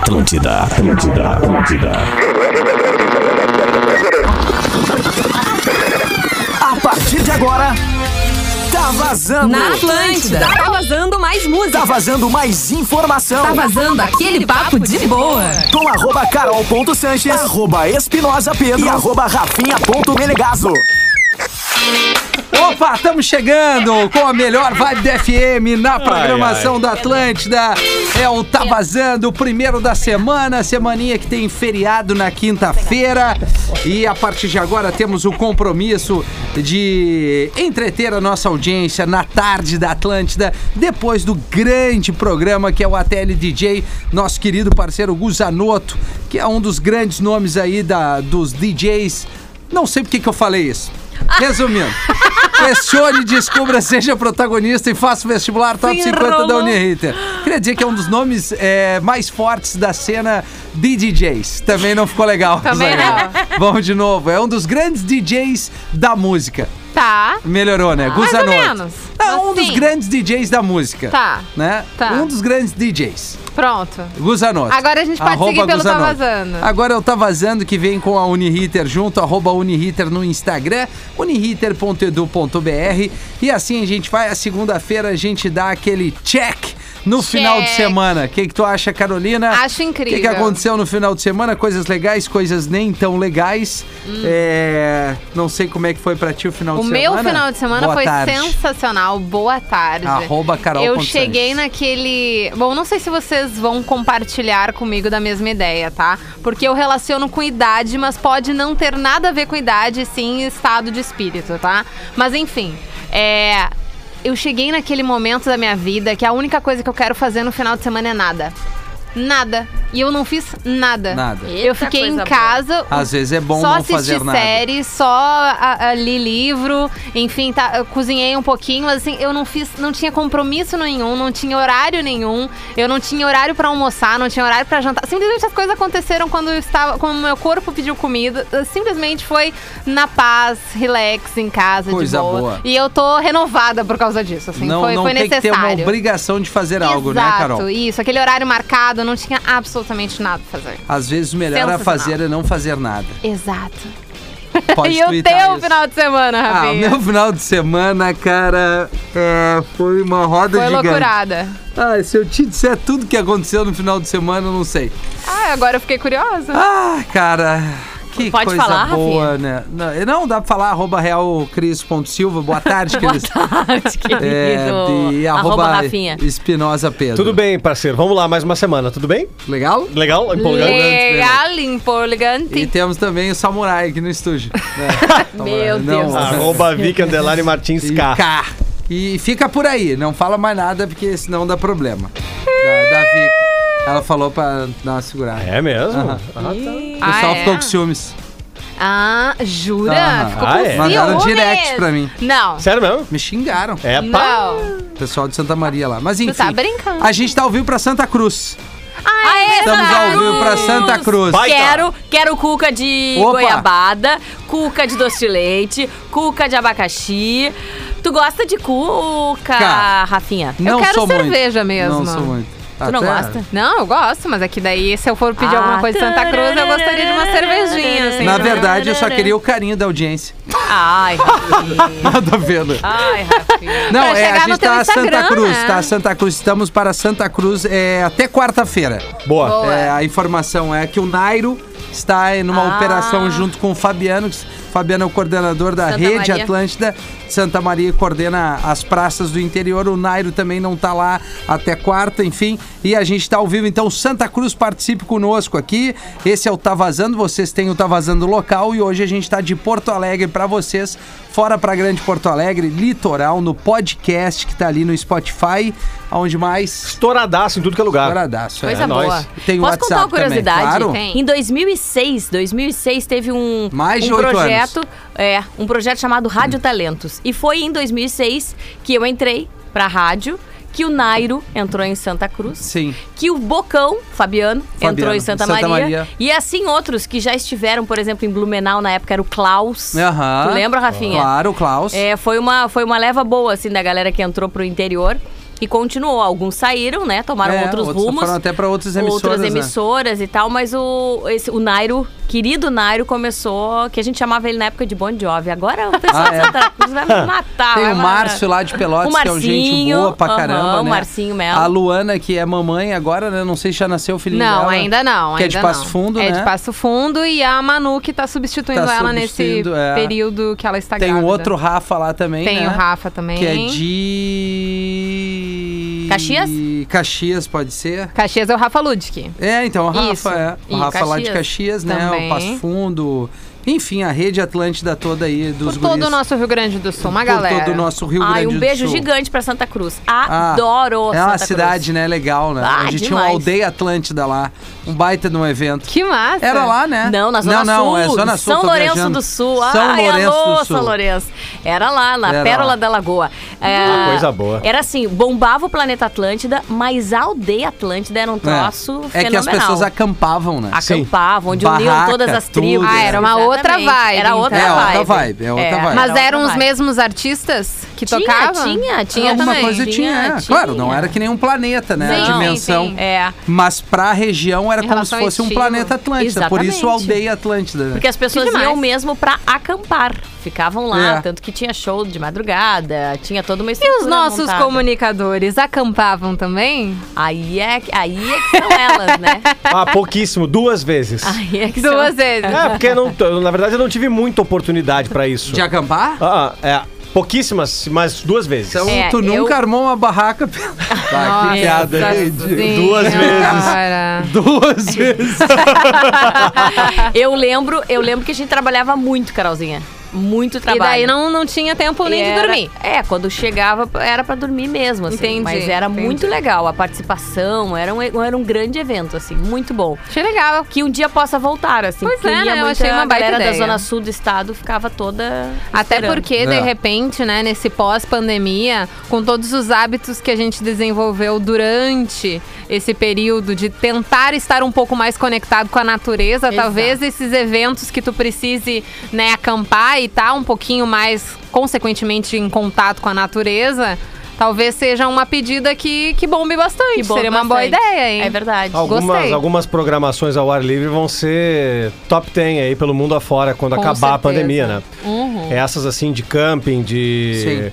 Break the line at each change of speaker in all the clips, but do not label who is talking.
Atlântida.
A partir de agora, tá vazando.
Na Atlântida. Tá vazando mais música.
Tá vazando mais informação.
Tá vazando aquele papo de boa.
Com @carol.sanches, @espinosa_pedro e @rafinha.menegaso.
Opa, estamos chegando com a melhor vibe da FM na programação da Atlântida. É o Tá Vazando, o primeiro da semana, semaninha que tem feriado na quinta-feira. E a partir de agora temos o compromisso de entreter a nossa audiência na tarde da Atlântida, depois do grande programa que é o ATL DJ, nosso querido parceiro Guzanoto, que é um dos grandes nomes aí dos DJs. Não sei por que eu falei isso. Resumindo, questione, descubra, seja protagonista e faça o vestibular Top 50 da Uniriter. Queria dizer que é um dos nomes mais fortes da cena de DJs. Também não ficou legal.
Também não.
Vamos de novo. É um dos grandes DJs da música.
Tá.
Melhorou, né?
Mais ou
Guzanoto.
menos.
Não, um
Mas
dos
sim.
grandes DJs da música.
Tá.
Né?
Tá.
Um dos grandes DJs.
Pronto.
Guzanoto.
Agora a gente pode seguir pelo Tá
Guzanoto.
Vazando.
Agora é o Tá Vazando, que vem com a Uniriter junto, @Uniriter no Instagram, uniriter.edu.br. E assim a gente vai, a segunda-feira a gente dá aquele check no final de semana. O que tu acha, Carolina?
Acho incrível.
O que aconteceu no final de semana? Coisas legais, coisas nem tão legais. Não sei como é que foi pra ti o final de semana.
O meu final de semana
Boa
foi
tarde.
sensacional. Boa tarde.
@Carol.
Eu cheguei naquele... Bom, não sei se vocês vão compartilhar comigo da mesma ideia, tá? Porque eu relaciono com idade, mas pode não ter nada a ver com idade, sim estado de espírito, tá? Mas enfim, eu cheguei naquele momento da minha vida que a única coisa que eu quero fazer no final de semana é nada. Nada. E eu não fiz nada.
Nada.
Eu fiquei em casa.
Às vezes é bom
só
não fazer
assisti
nada.
série, só li livro, enfim, eu cozinhei um pouquinho, mas assim, eu não tinha compromisso nenhum, não tinha horário nenhum, eu não tinha horário pra almoçar, não tinha horário pra jantar. Simplesmente as coisas aconteceram quando o meu corpo pediu comida, simplesmente foi na paz, relax, em casa,
Coisa
de boa. E eu tô renovada por causa disso, assim,
Não
foi
tem
necessário.
que ter uma obrigação de fazer algo, né, Carol?
Exato, isso, aquele horário marcado, eu não tinha absolutamente nada pra fazer.
Às vezes o melhor a fazer é não fazer nada.
Exato.
Pode
E o
twittar
teu
isso.
final de semana, Rafinha?
O meu final de semana, cara, foi uma roda
Foi
gigante.
loucurada.
Se eu te disser tudo que aconteceu no final de semana, eu não sei.
Agora eu fiquei curiosa.
Cara, que
Pode
coisa
falar,
boa, né? Não, dá pra falar, @realcris.silva. Boa tarde,
Boa
Cris.
tarde, querido.
E
Rafinha.
Espinosa Pedro.
Tudo bem, parceiro. Vamos lá, mais uma semana, tudo bem?
Legal?
Legal? Empolgado?
Legal,
E
empolgante.
temos também o Samurai aqui no estúdio. Né?
Meu
Não,
Deus. @Vic_Martins_K.
K. E fica por aí, não fala mais nada, porque senão dá problema. Da Vic. Ela falou pra dar uma segurada.
É mesmo?
Aham. O pessoal ficou com ciúmes.
Jura?
Aham.
Ficou
Ah,
com
é?
ciúmes?
Mandaram direct pra mim.
Não.
Sério mesmo?
Me xingaram.
É, pá.
Não.
O pessoal de Santa Maria lá. Mas enfim.
tá brincando.
A gente tá ao vivo pra Santa Cruz.
Aê,
Estamos ao vivo pra Santa Cruz.
Vai.
Quero cuca de
Opa.
goiabada, cuca de doce de leite, cuca de abacaxi. Tu gosta de cuca,
Cara,
Rafinha?
Não
Eu quero
sou
cerveja
muito.
mesmo.
Não sou muito.
Tu não gosta?
Não, eu gosto, mas é que daí, se eu for pedir alguma coisa de Santa Cruz, eu gostaria de uma cervejinha, assim.
Na verdade, eu só queria o carinho da audiência.
Ai, Rafinha.
Nada a ver, né?
Ai, Rafinha.
Não,
Pra
a
chegar no
gente
teu
tá a Santa
Instagram,
Cruz,
né?
tá? Santa Cruz, estamos para Santa Cruz até quarta-feira.
Boa.
Boa.
A informação é que o Nairo está numa operação junto com o Fabiano. Fabiano é o coordenador da
Santa
Rede
Maria.
Atlântida. Santa Maria coordena as praças do interior. O Nairo também não tá lá até quarta, enfim. E a gente tá ao vivo, então Santa Cruz participe conosco aqui. Esse é o Tá Vazando, vocês têm o Tá Vazando local. E hoje a gente tá de Porto Alegre pra vocês. Fora pra Grande Porto Alegre, litoral, no podcast que tá ali no Spotify. Aonde mais?
Estouradaço em tudo que é lugar.
Estouradaço.
Coisa
É
boa.
nóis.
Tem o
Posso contar uma
WhatsApp também,
curiosidade?
claro.
Tem.
Em 2006 teve
Mais de
um
8
projeto, um projeto chamado Rádio Talentos. E foi em 2006 que eu entrei pra rádio, que o Nairo entrou em Santa Cruz.
Sim.
Que o Bocão, Fabiano, entrou em Santa Maria.
Maria.
E assim outros que já estiveram, por exemplo, em Blumenau, na época era o Klaus.
Aham.
Tu lembra, Rafinha?
Claro, o Klaus.
Foi uma leva boa, assim, da galera que entrou pro interior. E continuou. Alguns saíram, né? Tomaram outros rumos.
Foram até pra outras emissoras.
Outras emissoras e tal, mas o Nairo, querido Nairo, começou, que a gente chamava ele na época de Bon Jovi. Agora o pessoal de Santa Cruz vai me matar.
Tem o Márcio lá de Pelotas, que é gente boa pra caramba, né?
O Marcinho Melo.
A Luana, que é mamãe agora, né? Não sei se já nasceu o filhinho dela.
Não, ainda não.
Que é de Passo Fundo, né?
É de Passo Fundo, e a Manu que tá substituindo ela nesse período que ela está grávida.
Tem um outro Rafa lá também,
Tem
né?
o Rafa também.
Que é de...
Caxias?
Caxias, pode ser?
Caxias é o Rafa Ludwig.
Então o Rafa
Isso.
O Rafa lá de Caxias, né?
Também.
O Passo Fundo... Enfim, a rede Atlântida toda aí dos
Por todo o nosso Rio Grande do Sul, uma galera.
Por todo o nosso Rio Grande do Sul.
Um beijo gigante pra Santa Cruz. Adoro
É
Santa
uma
Cruz.
cidade, né? Legal, né? A gente tinha uma aldeia Atlântida lá. Um baita de um evento.
Que massa.
Era lá, né?
Não, na Zona Sul.
Não, é Zona Sul.
São Lourenço do Sul.
São Lourenço do Sul.
São Lourenço. Era lá, na Pérola da Lagoa.
Coisa boa.
Era assim, bombava o planeta Atlântida, mas a aldeia Atlântida era um troço fenomenal.
É que as pessoas acampavam, né?
Acampavam, onde uniam todas as tribos.
tudo.
Era uma outra vibe.
Era outra
É
vibe.
outra vibe, é outra vibe.
Mas
Era
eram
outra
os
vibe.
mesmos artistas que tocavam?
Tinha
Alguma
também.
coisa tinha. Claro, não era que nem um planeta, né?
Sim,
A dimensão.
sim.
Mas pra região era
Em
como se
relação ao
fosse um
estilo.
planeta Atlântida. Por isso
Exatamente.
aldeia Atlântida. Né?
Porque as pessoas
Que demais.
iam mesmo pra acampar. Ficavam lá,
É.
tanto que tinha show de madrugada, tinha toda uma
E
estrutura
os nossos
montada.
comunicadores acampavam também?
Aí é que são elas, né?
Pouquíssimo, 2 vezes.
Aí é que
Duas
são...
vezes.
Porque na verdade eu não tive muita oportunidade pra isso.
De acampar?
Pouquíssimas, mas 2 vezes.
Então
É,
tu nunca armou uma barraca. Que piada.
Nossa
hein?
Duas
Senhora.
2 vezes.
Eu lembro que a gente trabalhava muito, Carolzinha. Muito
E
trabalho.
daí não tinha tempo nem de dormir.
Quando chegava era pra dormir mesmo, assim.
Entendi,
Mas era
entendi.
muito legal. A participação era um grande evento, assim. Muito bom.
Achei legal.
Que um dia possa voltar, assim.
Pois
porque
é, né? Eu
muita
achei uma baita
galera da
ideia.
Zona Sul do estado ficava toda
Até
esperando.
porque, de repente, né, nesse pós-pandemia, com todos os hábitos que a gente desenvolveu durante esse período de tentar estar um pouco mais conectado com a natureza,
Exato.
talvez esses eventos que tu precise, né, acampar e estar um pouquinho mais, consequentemente, em contato com a natureza, talvez seja uma pedida que bombe bastante. Seria uma boa ideia, hein?
É verdade.
Gostei.
Algumas programações ao ar livre vão ser top 10 aí pelo mundo afora quando
Com
acabar a
certeza.
pandemia, né? Essas assim de camping, de...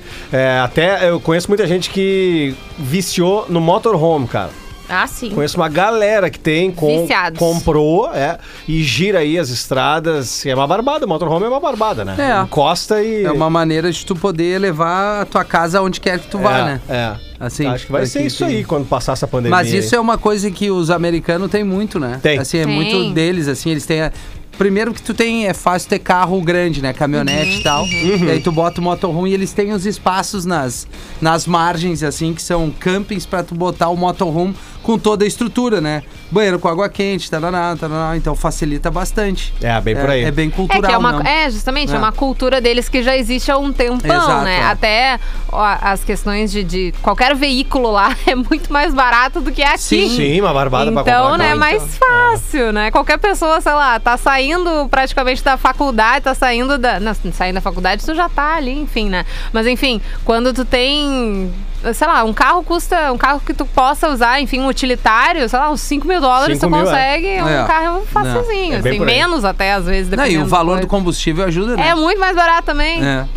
até eu conheço muita gente que viciou no motorhome, cara.
Ah, sim.
Conheço uma galera que
Viciados.
comprou e gira aí as estradas. É uma barbada, o motorhome é uma barbada, né?
É.
Encosta e...
É uma maneira de tu poder levar a tua casa aonde quer que tu vá, né? Assim,
Acho que vai ser isso aí quando passar essa pandemia.
Mas isso é uma coisa que os americanos têm muito, né?
Tem.
Assim, é
Tem.
muito deles, assim, eles têm... Primeiro que tu tem, é fácil ter carro grande, né? Caminhonete e tal. E aí tu bota o motorhome e eles têm os espaços nas margens, assim, que são campings pra tu botar o motorhome com toda a estrutura, né? Banheiro com água quente, taraná, então facilita bastante.
Bem por aí.
É bem cultural,
que é uma,
não?
justamente,
É.
é uma cultura deles que já existe há um tempão,
Exato,
né?
é.
Até as questões de qualquer veículo lá é muito mais barato do que aqui.
Sim, uma barbada pra comprar.
Então, né, é
muito.
mais fácil, né? Qualquer pessoa, sei lá, tá saindo praticamente da faculdade, tá saindo saindo da faculdade, tu já tá ali, enfim, né? Mas enfim, quando tu tem, sei lá, um carro que tu possa usar, enfim, um utilitário, sei lá, uns $5 mil
5
tu
mil,
consegue um carro facilzinho,
É bem
assim,
por aí.
menos até às vezes,
Não, e
dependendo
o valor
da
do
coisa.
combustível ajuda, né?
É muito mais barato também.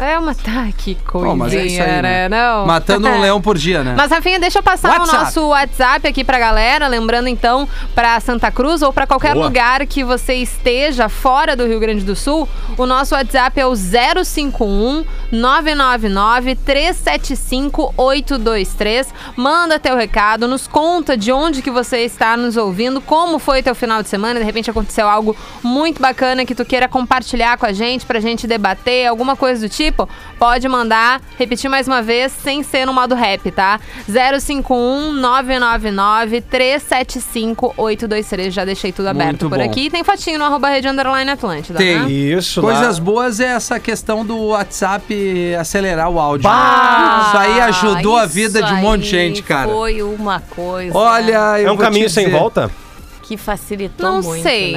É.
Que coisinha,
Bom, mas é isso aí, né?
Não.
Matando um leão por dia, né?
Mas, Rafinha, deixa eu passar
WhatsApp.
o nosso WhatsApp aqui pra galera. Lembrando, então, pra Santa Cruz ou pra qualquer
Boa.
lugar que você esteja fora do Rio Grande do Sul, o nosso WhatsApp é o 051 999 375 823. Manda teu recado, nos conta de onde que você está nos ouvindo, como foi teu final de semana, de repente aconteceu algo muito bacana que tu queira compartilhar com a gente, pra gente debater, alguma coisa do tipo, pode mandar, repetir mais uma vez, sem ser no modo rap, tá? 051 999 375 823. Já deixei tudo aberto
Muito
por
bom.
aqui. Tem fotinho no @rede_Atlântida,
Tem.
né?
Isso,
Coisas
lá.
boas é essa questão do WhatsApp acelerar o áudio.
Bah!
Isso aí ajudou a
Isso
vida de um monte de gente, cara.
Foi uma coisa
Olha, eu
É um
vou
caminho
te
sem
dizer,
volta?
que facilitou
Não
muito,
sei.
né?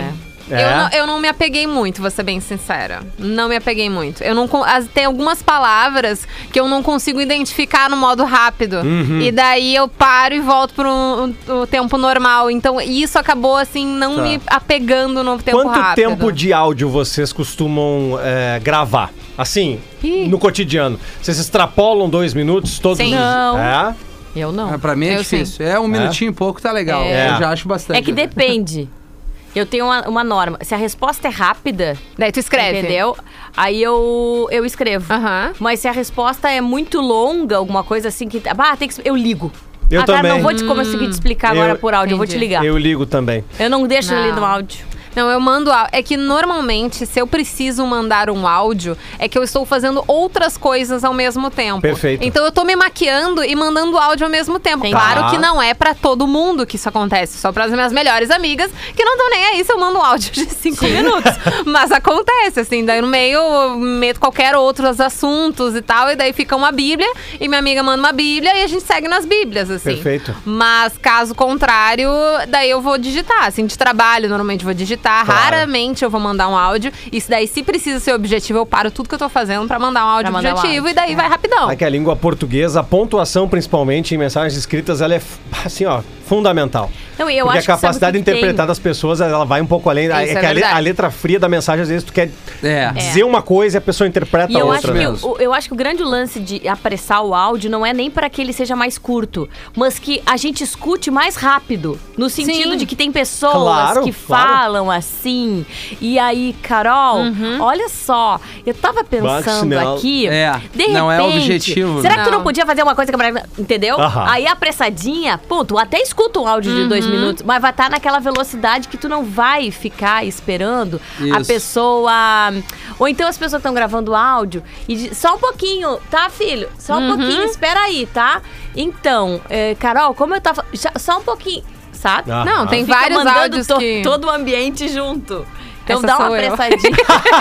Eu não me apeguei muito, vou ser bem sincera. Não me apeguei muito. Tem algumas palavras que eu não consigo identificar no modo rápido. E daí eu paro e volto pro tempo normal. Então isso acabou, assim, não me apegando no tempo rápido.
Quanto tempo de áudio vocês costumam gravar? Assim, no cotidiano. Vocês extrapolam 2 minutos todos?
Sim.
Não. Eu não.
Pra mim é difícil.
Sim.
1 minutinho e pouco tá legal. Eu já acho bastante.
É que depende. Eu tenho uma norma. Se a resposta é rápida...
Daí tu escreve.
Entendeu? Aí eu escrevo. Mas se a resposta é muito longa, alguma coisa assim que... eu ligo.
Eu também.
Cara, não vou conseguir te explicar agora por áudio. Eu vou te ligar.
Eu ligo também.
Eu não deixo ele no áudio.
Não, eu mando áudio. É que normalmente, se eu preciso mandar um áudio, é que eu estou fazendo outras coisas ao mesmo tempo.
Perfeito.
Então eu tô me maquiando e mandando áudio ao mesmo tempo.
Entendi.
Claro que não é pra todo mundo que isso acontece. Só pras minhas melhores amigas, que não estão nem aí se eu mando um áudio de 5 minutos. Mas acontece, assim. Daí no meio eu meto qualquer outros assuntos e tal. E daí fica uma bíblia. E minha amiga manda uma bíblia e a gente segue nas bíblias, assim.
Perfeito.
Mas caso contrário, daí eu vou digitar. Assim, de trabalho, normalmente vou digitar. Claro. Raramente eu vou mandar um áudio. Isso daí, se precisa ser objetivo, eu paro tudo que eu tô fazendo pra mandar um áudio objetivo. E daí vai rapidão.
É que a língua portuguesa, a pontuação, principalmente em mensagens escritas, ela é, assim, ó, fundamental.
Não, eu
porque
acho
a capacidade de interpretar das pessoas, ela vai um pouco além. É que a letra fria da mensagem, às vezes, tu quer dizer uma coisa e a pessoa interpreta a outra.
Eu acho que o grande lance de apressar o áudio não é nem para que ele seja mais curto, mas que a gente escute mais rápido. No sentido de que tem pessoas que falam assim. E aí, Carol, olha só, eu tava pensando aqui, de repente...
Não é objetivo.
Será que tu não podia fazer uma coisa que... Entendeu? Aí, apressadinha, pô, tu até escuta um áudio de 2 minutos, mas vai estar naquela velocidade que tu não vai ficar esperando a pessoa... Ou então as pessoas estão gravando áudio e só um pouquinho, tá, filho? Só um pouquinho, espera aí, tá? Então, Carol, como eu tava... Só um pouquinho, sabe?
Não, tem vários áudios que...
todo o ambiente junto. Então
Essa
dá uma
sou eu.
apressadinha.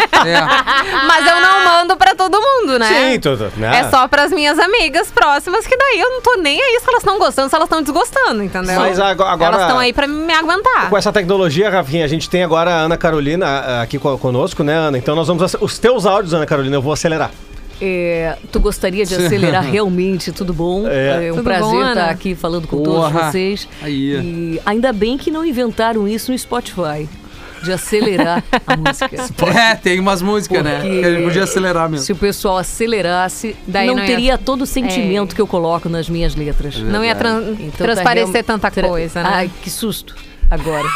Mas eu não mando pra todo mundo, né?
Sim, tudo.
É só pras minhas amigas próximas, que daí eu não tô nem aí se elas estão gostando, se elas estão desgostando, entendeu?
Mas agora
elas estão aí pra me aguentar.
Com essa tecnologia, Rafinha, a gente tem agora a Ana Carolina aqui conosco, né, Ana? Então nós vamos... Os teus áudios, Ana Carolina, eu vou acelerar.
Tu gostaria de acelerar realmente? Tudo bom? É um
Tudo
prazer
bom,
estar
Ana?
aqui falando com todos vocês. E ainda bem que não inventaram isso no Spotify. De acelerar a música.
Tem umas músicas, né? Que a gente podia acelerar mesmo.
Se o pessoal acelerasse, daí não teria todo o sentimento que eu coloco nas minhas letras.
Não ia transparecer tanta coisa, né?
Ai, que susto. Agora.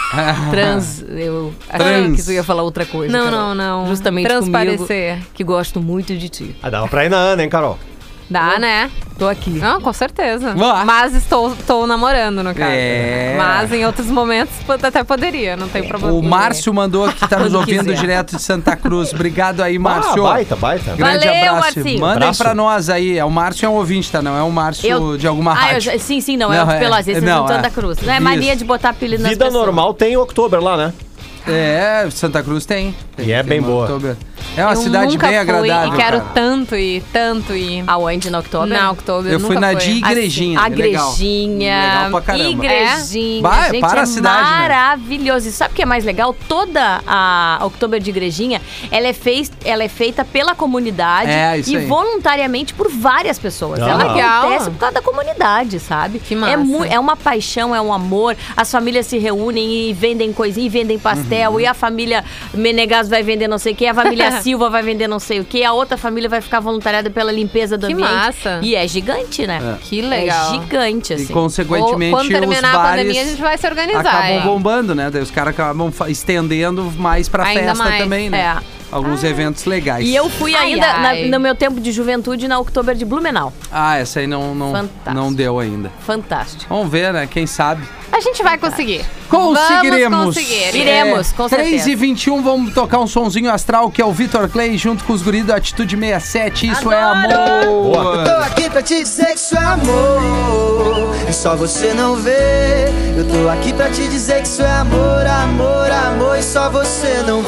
Eu achei que tu ia falar outra coisa.
Não.
Justamente
transparecer.
Comigo, que gosto muito de ti.
Dava pra ir na Ana, hein, Carol?
Dá, né?
Tô aqui.
Não, com certeza. Mas estou namorando, no caso. Mas em outros momentos até poderia, não tem problema.
O Márcio mandou aqui, tá nos ouvindo direto de Santa Cruz. Obrigado aí, Márcio.
Baita.
Grande
Valeu,
abraço.
Marcinho.
Mandem pra nós aí. O Márcio é um ouvinte, tá? Não é o Márcio de alguma rádio.
Sim, não é o de Pelotas, esse é de Santa Cruz. Não é mania de botar apelido nas pessoas.
Vida normal tem Oktober lá, né?
Santa Cruz tem.
E é bem boa.
É uma cidade bem agradável.
E quero tanto ir.
Aonde? Na Oktober?
Na Oktober.
Eu fui na de Igrejinha.
A Igrejinha.
Legal pra caramba.
Igrejinha.
Vai,
gente,
para a cidade,
maravilhoso. E sabe o que é mais legal? Toda a Oktober de Igrejinha, ela é feita pela comunidade
isso
e
aí.
voluntariamente por várias pessoas. Ela acontece por causa da comunidade, sabe?
Que massa.
É uma paixão, é um amor. As famílias se reúnem e vendem coisinha, e vendem pastel. E a família Menegas vai vender não sei o que, a família Silva vai vender não sei o que, a outra família vai ficar voluntariada pela limpeza do ambiente.
Massa.
E é gigante, né?
Que legal.
É gigante, assim.
E consequentemente
quando terminar
os bares
a pandemia, a gente vai se organizar.
acabam bombando, né? Daí os caras acabam estendendo mais pra
Ainda
festa
mais.
também, né? Alguns eventos legais.
E eu fui no meu tempo de juventude na Oktober de Blumenau.
Essa aí não deu ainda.
Fantástico.
Vamos ver, né? Quem sabe.
A gente vai conseguir.
Conseguiremos.
Vamos conseguir.
Iremos, com certeza.
3h21, vamos tocar um sonzinho astral, que é o Vitor Clay, junto com os guris do Atitude 67. Isso é amor.
Eu tô aqui pra te dizer que isso é amor, e só você não vê. Eu tô aqui pra te dizer que isso é amor, amor, amor, e só você não vê.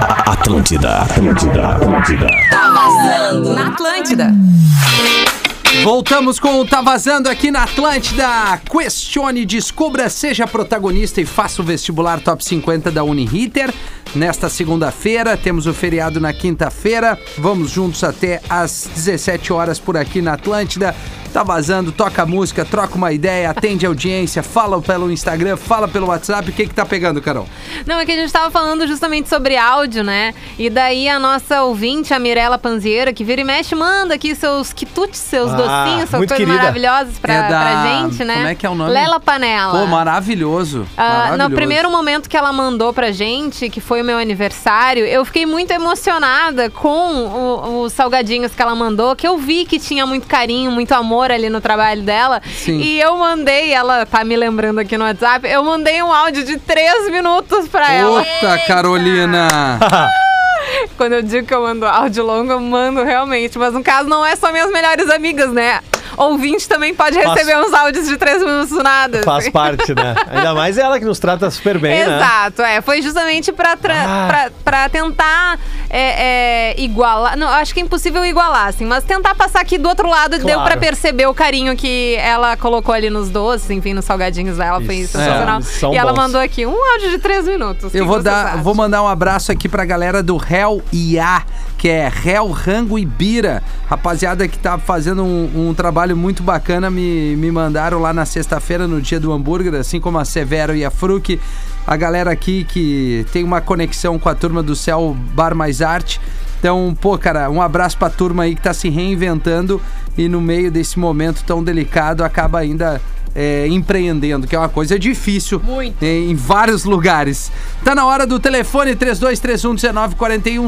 Atlântida.
Tá vazando na Atlântida.
Voltamos com o Tá Vazando aqui na Atlântida. Questione, descubra, seja protagonista e faça o vestibular Top 50 da Uniriter. Nesta segunda-feira, temos o feriado na quinta-feira. Vamos juntos até às 17 horas por aqui na Atlântida. Tá vazando, toca música, troca uma ideia, atende a audiência, fala pelo Instagram, fala pelo WhatsApp. O que tá pegando, Carol?
Não, é que a gente tava falando justamente sobre áudio, né? E daí a nossa ouvinte, a Mirella Panzieira, que vira e mexe, manda aqui seus quitutes, seus docinhos, suas coisas
querida.
Maravilhosas pra gente, né?
Como é que é o nome?
Lela Panela.
Pô, maravilhoso.
No primeiro momento que ela mandou pra gente, que foi o meu aniversário, eu fiquei muito emocionada com os salgadinhos que ela mandou, que eu vi que tinha muito carinho, muito amor ali no trabalho dela.
Sim.
E eu mandei, ela tá me lembrando aqui no WhatsApp, eu mandei um áudio de 3 minutos pra ela.
Puta, Carolina!
Quando eu digo que eu mando áudio longo, eu mando realmente. Mas no caso, não é só minhas melhores amigas, né? Ouvinte também pode receber uns áudios de 3 minutos do nada.
Faz parte, né? Ainda mais ela que nos trata super bem,
Exato,
né?
Foi justamente pra tentar igualar. Não, acho que é impossível igualar, assim, mas tentar passar aqui do outro lado, deu pra perceber o carinho que ela colocou ali nos doces, enfim, nos salgadinhos dela. Foi sensacional. E ela mandou aqui um áudio de 3 minutos.
Eu vou mandar um abraço aqui pra galera do Hell IA, que é Hell Rango e Bira. Rapaziada que tá fazendo um trabalho muito bacana, me mandaram lá na sexta-feira, no dia do hambúrguer, assim como a Severo e a Fruc. A galera aqui que tem uma conexão com a turma do Céu Bar Mais Arte. Então, pô, cara, um abraço pra turma aí que tá se reinventando e no meio desse momento tão delicado acaba ainda empreendendo, que é uma coisa difícil.
Muito.
Em vários lugares. Tá na hora do telefone 3231-1941,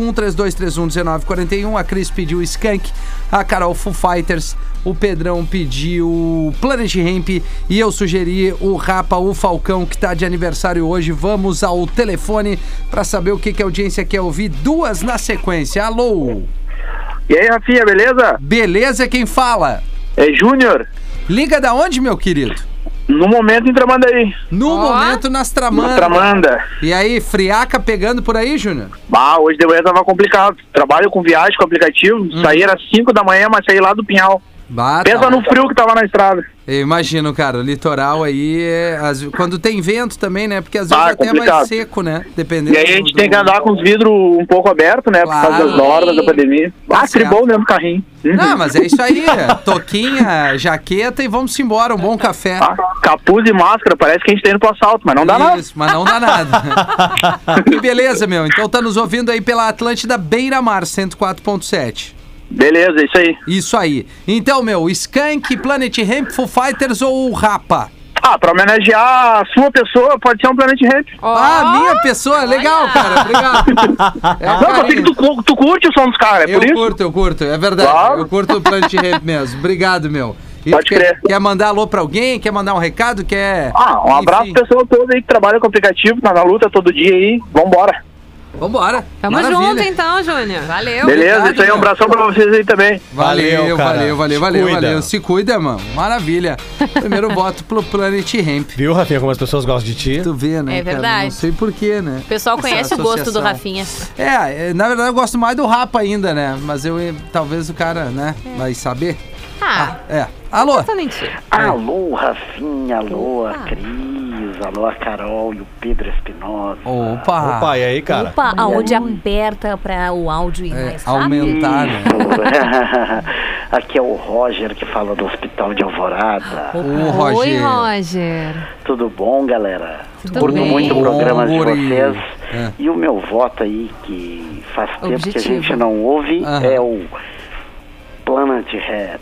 513231-1941. A Cris pediu Skank, a Carol Foo Fighters, o Pedrão pediu Planet Hemp e eu sugeri o Rapa, o Falcão, que tá de aniversário hoje. Vamos ao telefone pra saber o que a audiência quer ouvir. Duas na sequência. Alô?
E aí, Rafinha, beleza?
Beleza, quem fala?
É Júnior.
Liga da onde, meu querido?
No momento em Tramandaí.
No momento nas Tramandas.
Tramanda.
E aí, friaca pegando por aí, Júnior?
Hoje de manhã tava complicado. Trabalho com viagem, com aplicativo. Saí às 5 da manhã, mas saí lá do Pinhal. Pensa no frio que tava na estrada.
Eu imagino, cara, o litoral aí quando tem vento também, né? Porque às vezes até é mais seco, né? Dependendo.
E aí a gente tem que andar com os vidros um pouco abertos, né?
Claro.
Por causa das normas da pandemia. Tribom dentro do carrinho.
Não, mas é isso aí. Toquinha, jaqueta e vamos embora. Um bom café.
Capuz e máscara, parece que a gente tá indo pro assalto, mas não dá nada.
Isso, mas não dá nada. Que beleza, meu. Então tá nos ouvindo aí pela Atlântida Beira Mar 104.7.
Beleza, isso aí.
Isso aí. Então, meu, Skank, Planet Hemp, Foo Fighters ou Rapa?
Pra homenagear a sua pessoa, pode ser um Planet Hemp.
Minha pessoa, legal, cara, obrigado.
Não, eu sei que tu curte o som dos caras, é por isso?
Eu curto, é verdade.
Claro.
Eu curto o Planet Hemp mesmo. Obrigado, meu.
Pode crer.
Quer mandar alô pra alguém? Quer mandar um recado?
Um abraço pro pessoal todo aí que trabalha com aplicativo, tá na luta todo dia aí. Vambora.
Vambora.
Tamo junto então, Júnior. Valeu.
Beleza,
obrigado,
isso aí, um abração pra vocês aí também.
Valeu,
cara.
valeu. Se cuida, mano. Maravilha. Primeiro voto pro Planet Hemp.
Viu, Rafinha, como as pessoas gostam de ti?
Tu vê, né?
É verdade.
Cara? Não sei porquê, né?
O pessoal conhece o gosto do Rafinha.
Na verdade eu gosto mais do Rapa ainda, né? Mas talvez o cara, né, vai saber. Alô?
Alô, Rafinha, alô, a Cris, alô, a Carol e o Pedro Espinosa.
Opa,
e aí, cara?
Aonde aperta pra o áudio ir mais rápido?
Aumentar, né?
Aqui é o Roger que fala do Hospital de Alvorada.
Roger.
Oi, Roger.
Tudo bom, galera?
Tudo
Curto
bem.
muito o programa de
Guri.
vocês. E o meu voto aí, que faz tempo que a gente não ouve, é o Planet Hemp.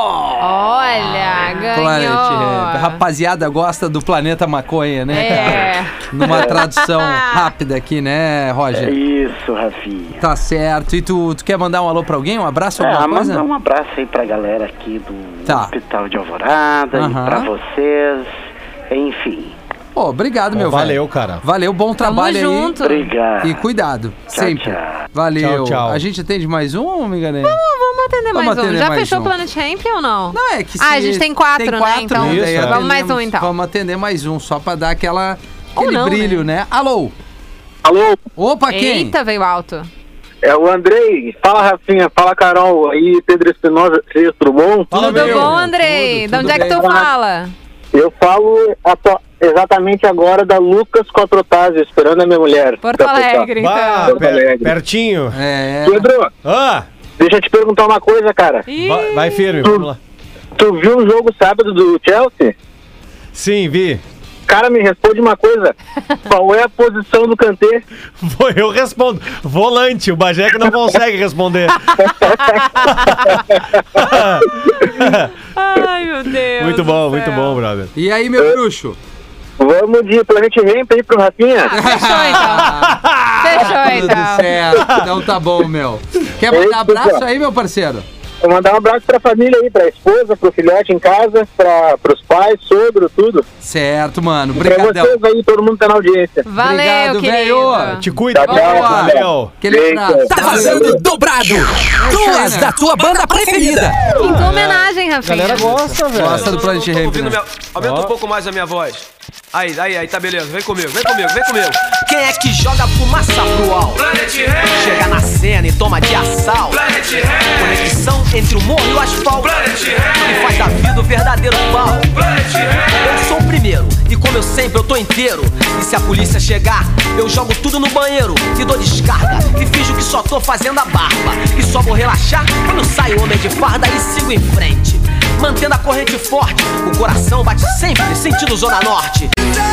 Olha, ganhou.
Planet Hemp. Rapaziada gosta do planeta maconha, né, cara? Numa tradução rápida aqui, né, Roger?
Isso, Rafinha.
Tá certo. E tu quer mandar um alô pra alguém? Um abraço, alguma coisa?
Mandar um abraço aí pra galera aqui do Hospital de Alvorada e pra vocês. Enfim.
Obrigado, meu velho.
Valeu, cara.
Valeu, bom trabalho aí.
Junto.
Obrigado.
E cuidado, sempre.
Tchau.
Valeu.
Tchau.
A gente atende mais um, me enganei?
Vamos atender mais um. Já
mais
fechou
um.
o Planet Hemp ou não?
Não, é que
a gente tem quatro, né? Então,
Isso,
daí
vamos mais um, então.
Vamos atender mais um, só pra dar aquele
Ou não,
brilho, né? Alô?
Alô?
Opa, quem?
Eita, veio alto.
É o Andrei. Fala, Rafinha. Fala, Carol. Aí, Pedro Espinosa. Tudo bom?
Tudo bom, Andrei? De onde é que tu fala?
Eu falo exatamente agora da Lucas com a Protásio, esperando a minha mulher.
Porto Alegre, então.
Porto Alegre. Pertinho.
Pedro, deixa eu te perguntar uma coisa, cara.
Vai firme, vamos lá.
Tu viu o jogo sábado do Chelsea?
Sim, vi.
Cara, me responde uma coisa. Qual é a posição do Kanté?
Eu respondo. Volante. O Bagé que não consegue responder.
Ai, meu Deus.
Muito bom, brother.
E aí, meu bruxo?
Vamos de Planet Ramp aí pro Rafinha?
Fechou, então.
Tudo certo. Então tá bom, meu. Quer mandar abraço aí, meu parceiro?
Vou mandar um abraço pra família aí, pra esposa, pro filhote em casa, pros pais, sogro, tudo.
Certo, mano. Obrigadão.
Pra vocês aí, todo mundo tá na audiência.
Valeu,
velho.
Te cuida.
Valeu.
Tá vazando dobrado. 2 da tua banda preferida.
Em tua homenagem, Rafinha.
A galera gosta, velho.
Gosta do Planet Ramp, né?
Aumenta um pouco mais a minha voz. Aí, tá beleza. Vem comigo.
Quem é que joga fumaça pro alto? Chega na cena e toma de assalto. Conexão entre o morro e o asfalto. E faz da vida o verdadeiro pau. Eu sou o primeiro e como eu sempre eu tô inteiro. E se a polícia chegar, eu jogo tudo no banheiro e dou descarga. E finjo que só tô fazendo a barba. E só vou relaxar quando sai o homem de farda e sigo em frente. Mantendo a corrente forte, o coração bate sempre sentido Zona Norte.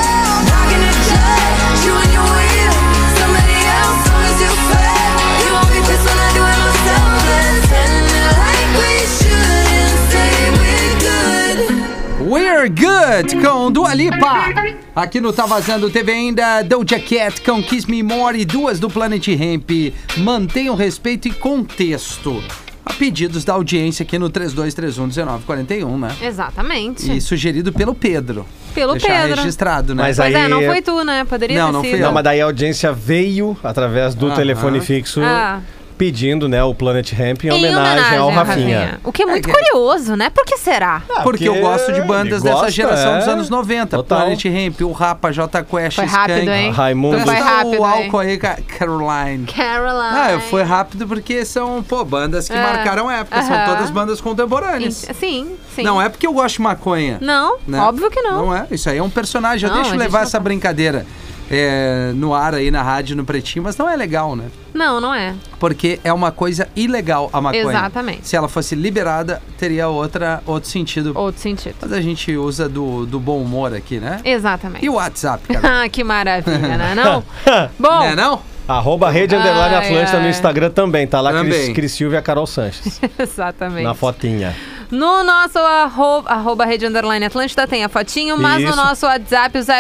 We're Good com Dua Lipa. Aqui no Tá Vazando teve ainda Doja Cat com Kiss Me More e 2 do Planet Ramp. Mantenham respeito e contexto. A pedidos da audiência aqui no 3231-1941, né?
Exatamente.
E sugerido pelo Pedro.
Deixar
registrado, né?
Mas
Pois
aí...
não foi tu, né? Poderia ter
não
sido.
fui
Não, mas daí a audiência veio através do telefone fixo pedindo, né, o Planet Ramp em homenagem ao Rafinha.
O que é muito curioso, né? Por que será?
Porque eu gosto de bandas dessa geração dos anos 90.
Total.
Planet Ramp, o Rapa, J Quest,
Foi rápido, hein?
Raimundo.
Foi rápido,
o
hein?
álcool aí, Caroline. Foi rápido porque são, bandas que marcaram época. São todas bandas contemporâneas.
Sim.
Não é porque eu gosto de maconha.
Não,
né?
óbvio que não.
Não é. Isso aí é um personagem. Eu deixo levar essa brincadeira no ar aí, na rádio, no Pretinho, mas não é legal, né?
Não é.
Porque é uma coisa ilegal a maconha.
Exatamente.
Se ela fosse liberada, teria outro sentido.
Outro sentido.
Mas a gente usa do bom humor aqui, né?
Exatamente.
E o WhatsApp, cara?
Que maravilha, né? Não? Bom.
Não é não?
@Rede_Atlântida no Instagram também. Tá lá Cris Silva e a Carol Sanches.
Exatamente.
Na fotinha.
No nosso arroba Rede Underline Atlântida tem a fotinho, mas no nosso WhatsApp, o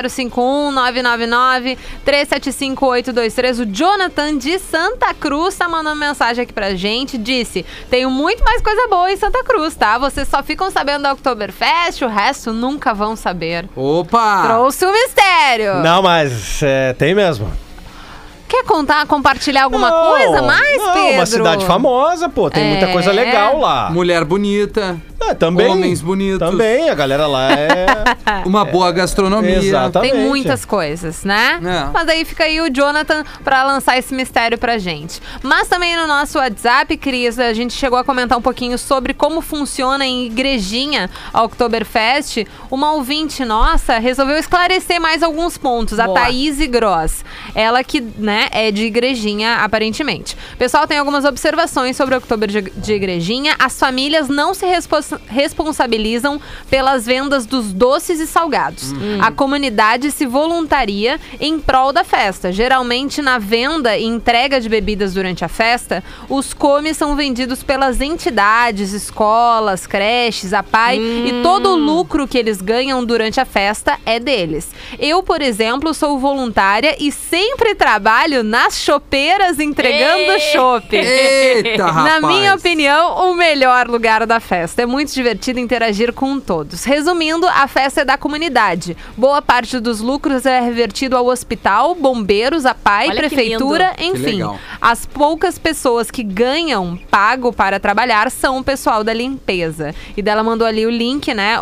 051-999-375-823, o Jonathan de Santa Cruz tá mandando mensagem aqui pra gente, disse, tenho muito mais coisa boa em Santa Cruz, tá? Vocês só ficam sabendo da Oktoberfest, o resto nunca vão saber.
Opa!
Trouxe o mistério!
Não, mas tem mesmo.
Quer compartilhar alguma coisa mais, Pedro?
Uma cidade famosa, pô. Tem muita coisa legal lá.
Mulher bonita.
Também.
Homens bonitos.
Também, a galera lá é...
Uma boa gastronomia.
Exatamente.
Tem muitas coisas, né? Mas aí fica aí o Jonathan pra lançar esse mistério pra gente. Mas também no nosso WhatsApp, Cris, a gente chegou a comentar um pouquinho sobre como funciona em Igrejinha a Oktoberfest. Uma ouvinte nossa resolveu esclarecer mais alguns pontos. Boa. A Thaís Gross. Ela que, né, é de Igrejinha, aparentemente. O pessoal tem algumas observações sobre o Oktober de Igrejinha. As famílias não se responsabilizam pelas vendas dos doces e salgados. A comunidade se voluntaria em prol da festa. Geralmente, na venda e entrega de bebidas durante a festa, os comes são vendidos pelas entidades, escolas, creches, a PAI, e todo o lucro que eles ganham durante a festa é deles. Eu, por exemplo, sou voluntária e sempre trabalho nas chopeiras entregando chopp.
Eita, rapaz!
Na minha opinião, o melhor lugar da festa. É muito muito divertido interagir com todos. Resumindo, a festa é da comunidade. Boa parte dos lucros é revertido ao hospital, bombeiros, a PAI,
Olha
prefeitura, enfim. As poucas pessoas que ganham pago para trabalhar são o pessoal da limpeza. E dela mandou ali o link, né?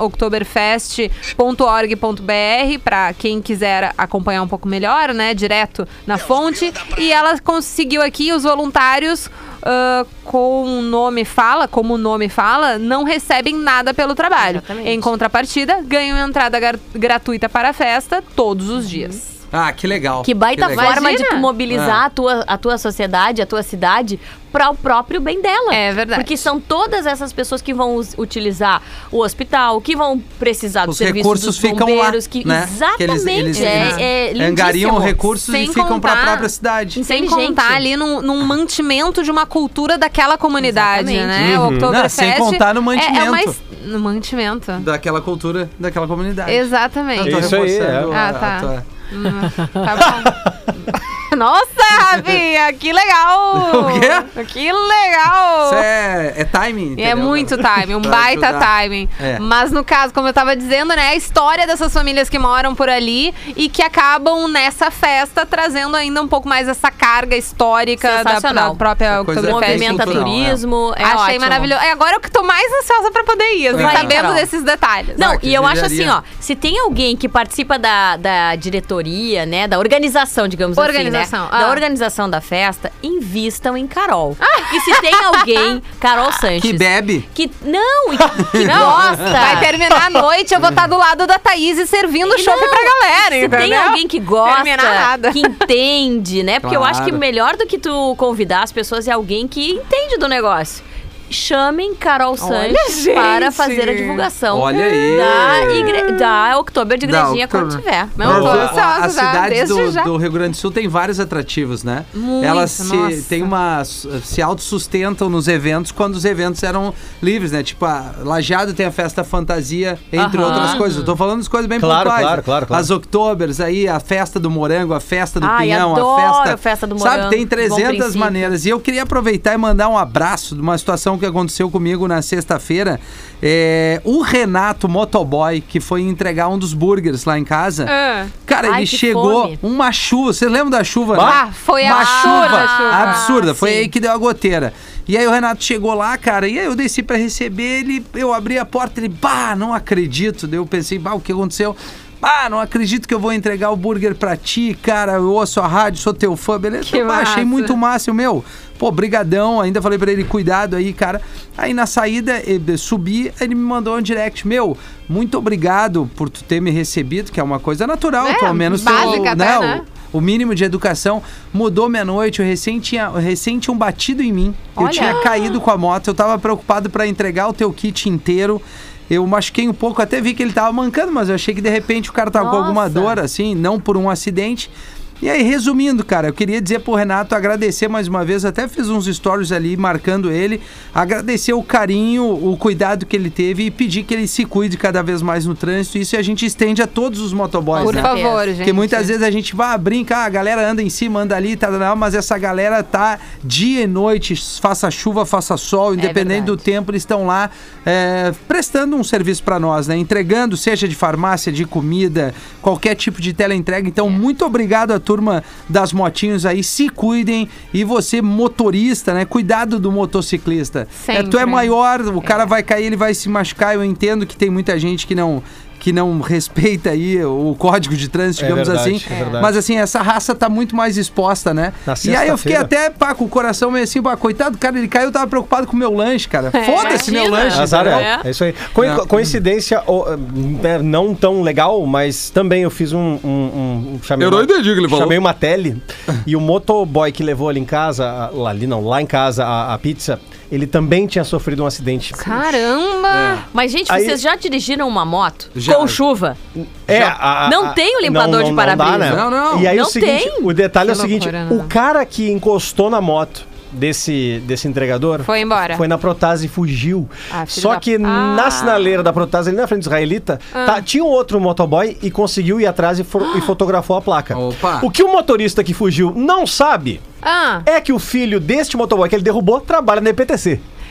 oktoberfest.org.br para quem quiser acompanhar um pouco melhor, né? Direto na fonte. E ela conseguiu aqui os voluntários, como o nome fala, não recebem nada pelo trabalho. Exatamente. Em contrapartida, ganham entrada gratuita para a festa todos os dias.
Ah, que legal.
Que baita forma de tu mobilizar a tua sociedade, a tua cidade para o próprio bem dela.
É verdade.
Porque são todas essas pessoas que vão utilizar o hospital, que vão precisar do serviço dos bombeiros.
Ficam lá, né?
Exatamente.
Eles angariam recursos e ficam para a própria cidade.
Sem contar ali num mantimento de uma cultura daquela comunidade, né? O Oktoberfest.
Sem contar no mantimento.
No mantimento.
Daquela cultura, daquela comunidade.
Exatamente.
Isso aí,
tá. Tá bom. Nossa, Rafinha, que legal!
O quê?
Que legal!
Isso é timing, entendeu?
É muito timing, um baita timing. Mas no caso, como eu tava dizendo, né, a história dessas famílias que moram por ali e que acabam nessa festa trazendo ainda um pouco mais essa carga histórica da própria Oktoberfest.
Movimenta turismo,
Achei
ótimo.
Maravilhoso. Agora eu que tô mais ansiosa pra poder ir, sabendo desses detalhes.
Não, e eu acho assim, ó, se tem alguém que participa da diretoria, né, da organização, digamos assim, né? Da organização da festa, invistam em Carol. E se tem alguém, Carol Sanches,
que bebe,
que gosta,
vai terminar a noite, eu vou estar do lado da Thaís servindo chopp pra galera.
Se tem alguém que gosta,
nada.
que entende, né? Porque eu acho que melhor do que tu convidar as pessoas é alguém que entende do negócio. Chamem Carol Sanches para fazer a divulgação da Oktober de Igrejinha quando tiver.
As cidades do Rio Grande do Sul tem vários atrativos, né? Elas se autossustentam nos eventos quando os eventos eram livres, né? Tipo, a Lajeado tem a Festa Fantasia, entre outras coisas. Eu tô falando de coisas bem pontuais.
Claro.
As Oktobers aí, a Festa do Morango, a Festa do Pinhão,
a festa do Morango.
Sabe, tem 300 maneiras. E eu queria aproveitar e mandar um abraço de uma situação que aconteceu comigo na sexta-feira. O Renato Motoboy, que foi entregar um dos burgers lá em casa, cara, ele chegou uma chuva. Você lembra da chuva, né?
Foi
uma chuva absurda. Foi
sim.
aí que deu a goteira. E aí o Renato chegou lá, cara, e aí eu desci pra receber ele, eu abri a porta, ele, não acredito. Daí eu pensei, o que aconteceu? Não acredito que eu vou entregar o burger pra ti, cara, eu ouço a rádio, sou teu fã, beleza? Achei muito massa, brigadão, ainda falei pra ele, cuidado aí, cara. Aí na saída, subi, ele me mandou um direct, muito obrigado por tu ter me recebido, que é uma coisa natural, pelo menos
básica até, né?
O mínimo de educação mudou minha noite, eu recém tinham batido em mim, eu tinha caído com a moto, eu tava preocupado pra entregar o teu kit inteiro. Eu machuquei um pouco, até vi que ele tava mancando, mas eu achei que de repente o cara tava com alguma dor, assim, não por um acidente. E aí, resumindo, cara, eu queria dizer pro Renato, agradecer mais uma vez, até fiz uns stories ali marcando ele, agradecer o carinho, o cuidado que ele teve e pedir que ele se cuide cada vez mais no trânsito. Isso a gente estende a todos os motoboys,
por favor, gente.
Porque muitas vezes a gente brinca, a galera anda em cima, anda ali, mas essa galera tá dia e noite, faça chuva, faça sol, independente do tempo, eles estão lá prestando um serviço pra nós, né? Entregando, seja de farmácia, de comida, qualquer tipo de teleentrega. Então, muito obrigado a turma das motinhos aí, se cuidem. E você, motorista, né? Cuidado do motociclista. Tu é maior, o cara vai cair, ele vai se machucar. Eu entendo que tem muita gente que não respeita aí o código de trânsito, digamos assim. Mas assim, essa raça tá muito mais exposta, né? E aí eu fiquei até com o coração meio assim, coitado, cara, ele caiu, eu tava preocupado com o meu lanche, cara. Foda-se meu lanche.
É isso aí. Coincidência não tão legal, mas também eu fiz chamei uma tele e o motoboy que levou ali em casa, lá em casa a pizza, ele também tinha sofrido um acidente.
Caramba!
Mas, gente, vocês já dirigiram uma moto com chuva? Não tem o limpador de para-brisa.
Né?
Não.
E aí o detalhe é o seguinte, o cara que encostou na moto desse entregador
foi embora.
Foi na Protase e fugiu. Só que na sinaleira da Protase, ali na frente do israelita, tinha um outro motoboy e conseguiu ir atrás e fotografou a placa.
Opa.
O que o motorista que fugiu não sabe é que o filho deste motoboy que ele derrubou trabalha na EPTC.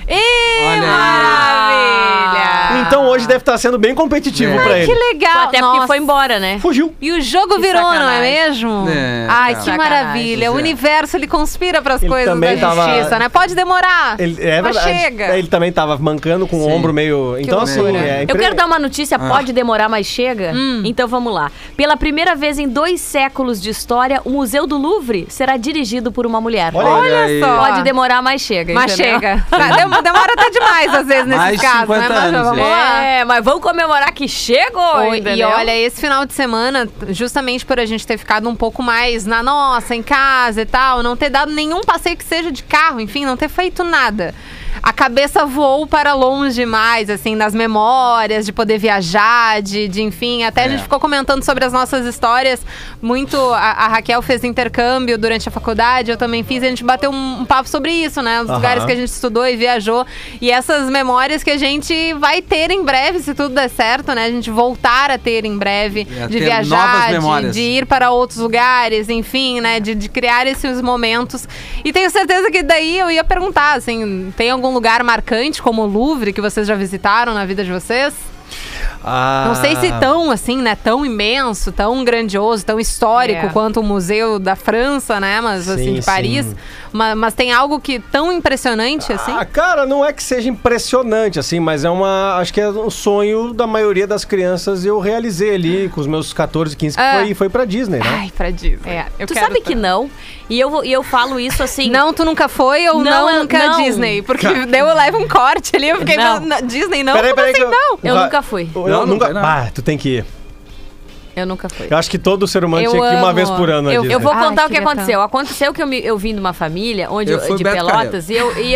Maravilha!
Então hoje deve estar sendo bem competitivo pra ele.
Que legal!
Até porque foi embora, né?
Fugiu.
E o jogo virou, não é mesmo? Ai, que maravilha. O universo, ele conspira pras coisas da justiça, né? Pode demorar, mas chega.
Ele também tava mancando com o ombro meio... Então, assim...
Eu quero dar uma notícia, pode demorar, mas chega. Então vamos lá. Pela primeira vez em 2 séculos de história, o Museu do Louvre será dirigido por uma mulher.
Olha só.
Pode demorar, mas chega.
Mas
entendeu?
chega. Demora até demais, às vezes, nesse caso, né? Mas vamos lá.
Mas vamos comemorar que chegou,
E olha, esse final de semana, justamente por a gente ter ficado um pouco mais na nossa, em casa e tal, não ter dado nenhum passeio que seja de carro, enfim, não ter feito nada. A cabeça voou para longe demais, assim, nas memórias, de poder viajar, enfim, até a gente ficou comentando sobre as nossas histórias, muito, a Raquel fez intercâmbio durante a faculdade, eu também fiz, a gente bateu um papo sobre isso, né, os lugares que a gente estudou e viajou, e essas memórias que a gente vai ter em breve, se tudo der certo, né, a gente voltar a ter em breve, de viajar, de ir para outros lugares, enfim, né, de criar esses momentos, e tenho certeza que daí eu ia perguntar, assim, tem algum lugar marcante como o Louvre que vocês já visitaram na vida de vocês? Não sei se tão assim, né, tão imenso, tão grandioso, tão histórico quanto o Museu da França, né, mas assim, de Paris. Mas tem algo que tão impressionante assim?
Cara, não é que seja impressionante assim, mas acho que é um sonho da maioria das crianças e eu realizei ali com os meus 14, 15 que foi pra Disney, né?
Ai, pra Disney.
Tu sabe que não? E eu falo isso assim...
Não, tu nunca foi ou nunca Disney? Porque eu levo um corte ali, eu fiquei... Disney não?
Peraí,
não?
Eu nunca fui.
Eu nunca... tu tem que ir.
Eu nunca fui.
Eu acho que todo ser humano tinha que ir uma vez por ano.
Eu vou contar o que aconteceu. Aconteceu que eu vim de uma família de Pelotas e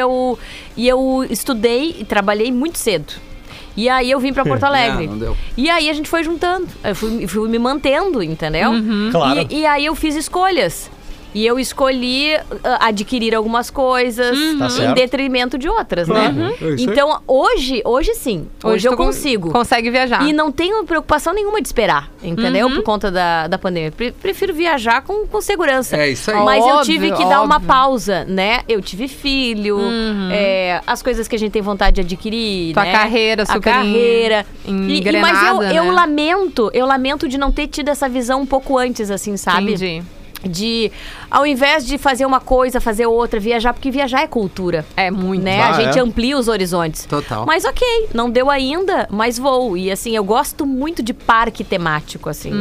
eu estudei e trabalhei muito cedo. E aí eu vim pra Porto Alegre.
Não deu.
E aí a gente foi juntando. Eu fui me mantendo, entendeu?
Claro.
E aí eu fiz escolhas. E eu escolhi adquirir algumas coisas em detrimento de outras, né? Então, hoje sim. Hoje eu consigo.
Consegue viajar.
E não tenho preocupação nenhuma de esperar, entendeu? Por conta da pandemia. Prefiro viajar com segurança.
É isso aí.
Mas eu tive que dar uma pausa, né? Eu tive filho, as coisas que a gente tem vontade de adquirir,
Tua
né?
carreira, super
engrenada, mas eu lamento de não ter tido essa visão um pouco antes, assim, sabe?
Entendi.
De, ao invés de fazer uma coisa, fazer outra, viajar, porque viajar é cultura.
É muito.
Né? A gente amplia os horizontes.
Total.
Mas ok, não deu ainda, mas vou. E assim, eu gosto muito de parque temático, assim.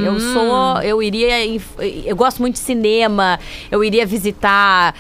Eu gosto muito de cinema, eu iria visitar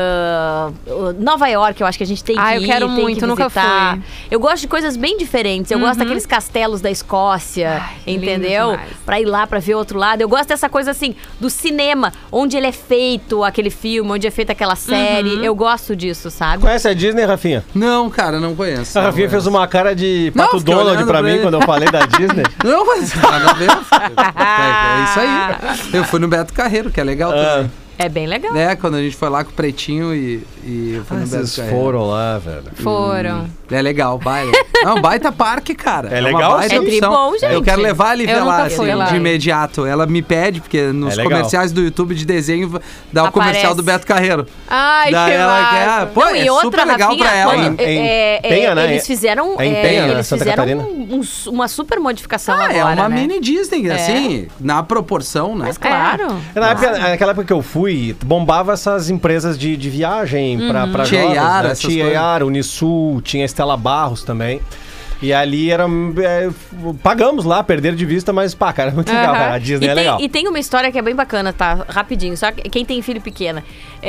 Nova York, eu acho que a gente tem que ir.
Eu quero muito, nunca fui.
Eu gosto de coisas bem diferentes. Eu gosto daqueles castelos da Escócia, entendeu? Pra ir lá, pra ver o outro lado. Eu gosto dessa coisa assim, do cinema, onde ele é feito, aquele filme, onde é feita aquela série. Eu gosto disso, sabe?
Conhece a Disney, Rafinha?
Não, cara, não conheço.
A Rafinha fez uma cara de Pato Donald pra mim quando eu falei da Disney.
Não, mas nada a ver. É isso aí. Eu fui no Beto Carreiro, que é legal também.
É bem legal.
Quando a gente foi lá com o Pretinho e eu fui no Beto
Vocês
Carreiro.
foram lá, velho.
Foram.
É legal, baita. Não, baita parque, cara.
É legal?
Uma baita opção.
Bom, gente.
Eu quero levar a Lívia lá,
nunca fui lá.
de imediato. Ela me pede, porque nos comerciais do YouTube de desenho dá o comercial do Beto Carreiro.
Ai,
daí
que
ela quer, pô,
e
é
outra,
super legal
Rafinha,
pra ela.
Penha, né?
Eles fizeram,
em Penha,
eles
Santa
fizeram
Catarina.
uma super modificação agora,
É uma
né?
mini Disney, assim, na proporção, né?
Mas claro.
Naquela época que eu fui, bombava essas empresas de viagem pra
Tia
jovens, né? Tia Yara, Unisul, tinha Estela Barros também. E ali era... pagamos lá, perder de vista, mas pá, cara, é muito legal, cara. A Disney é legal.
E tem uma história que é bem bacana, tá? Rapidinho. Só que quem tem filho pequeno...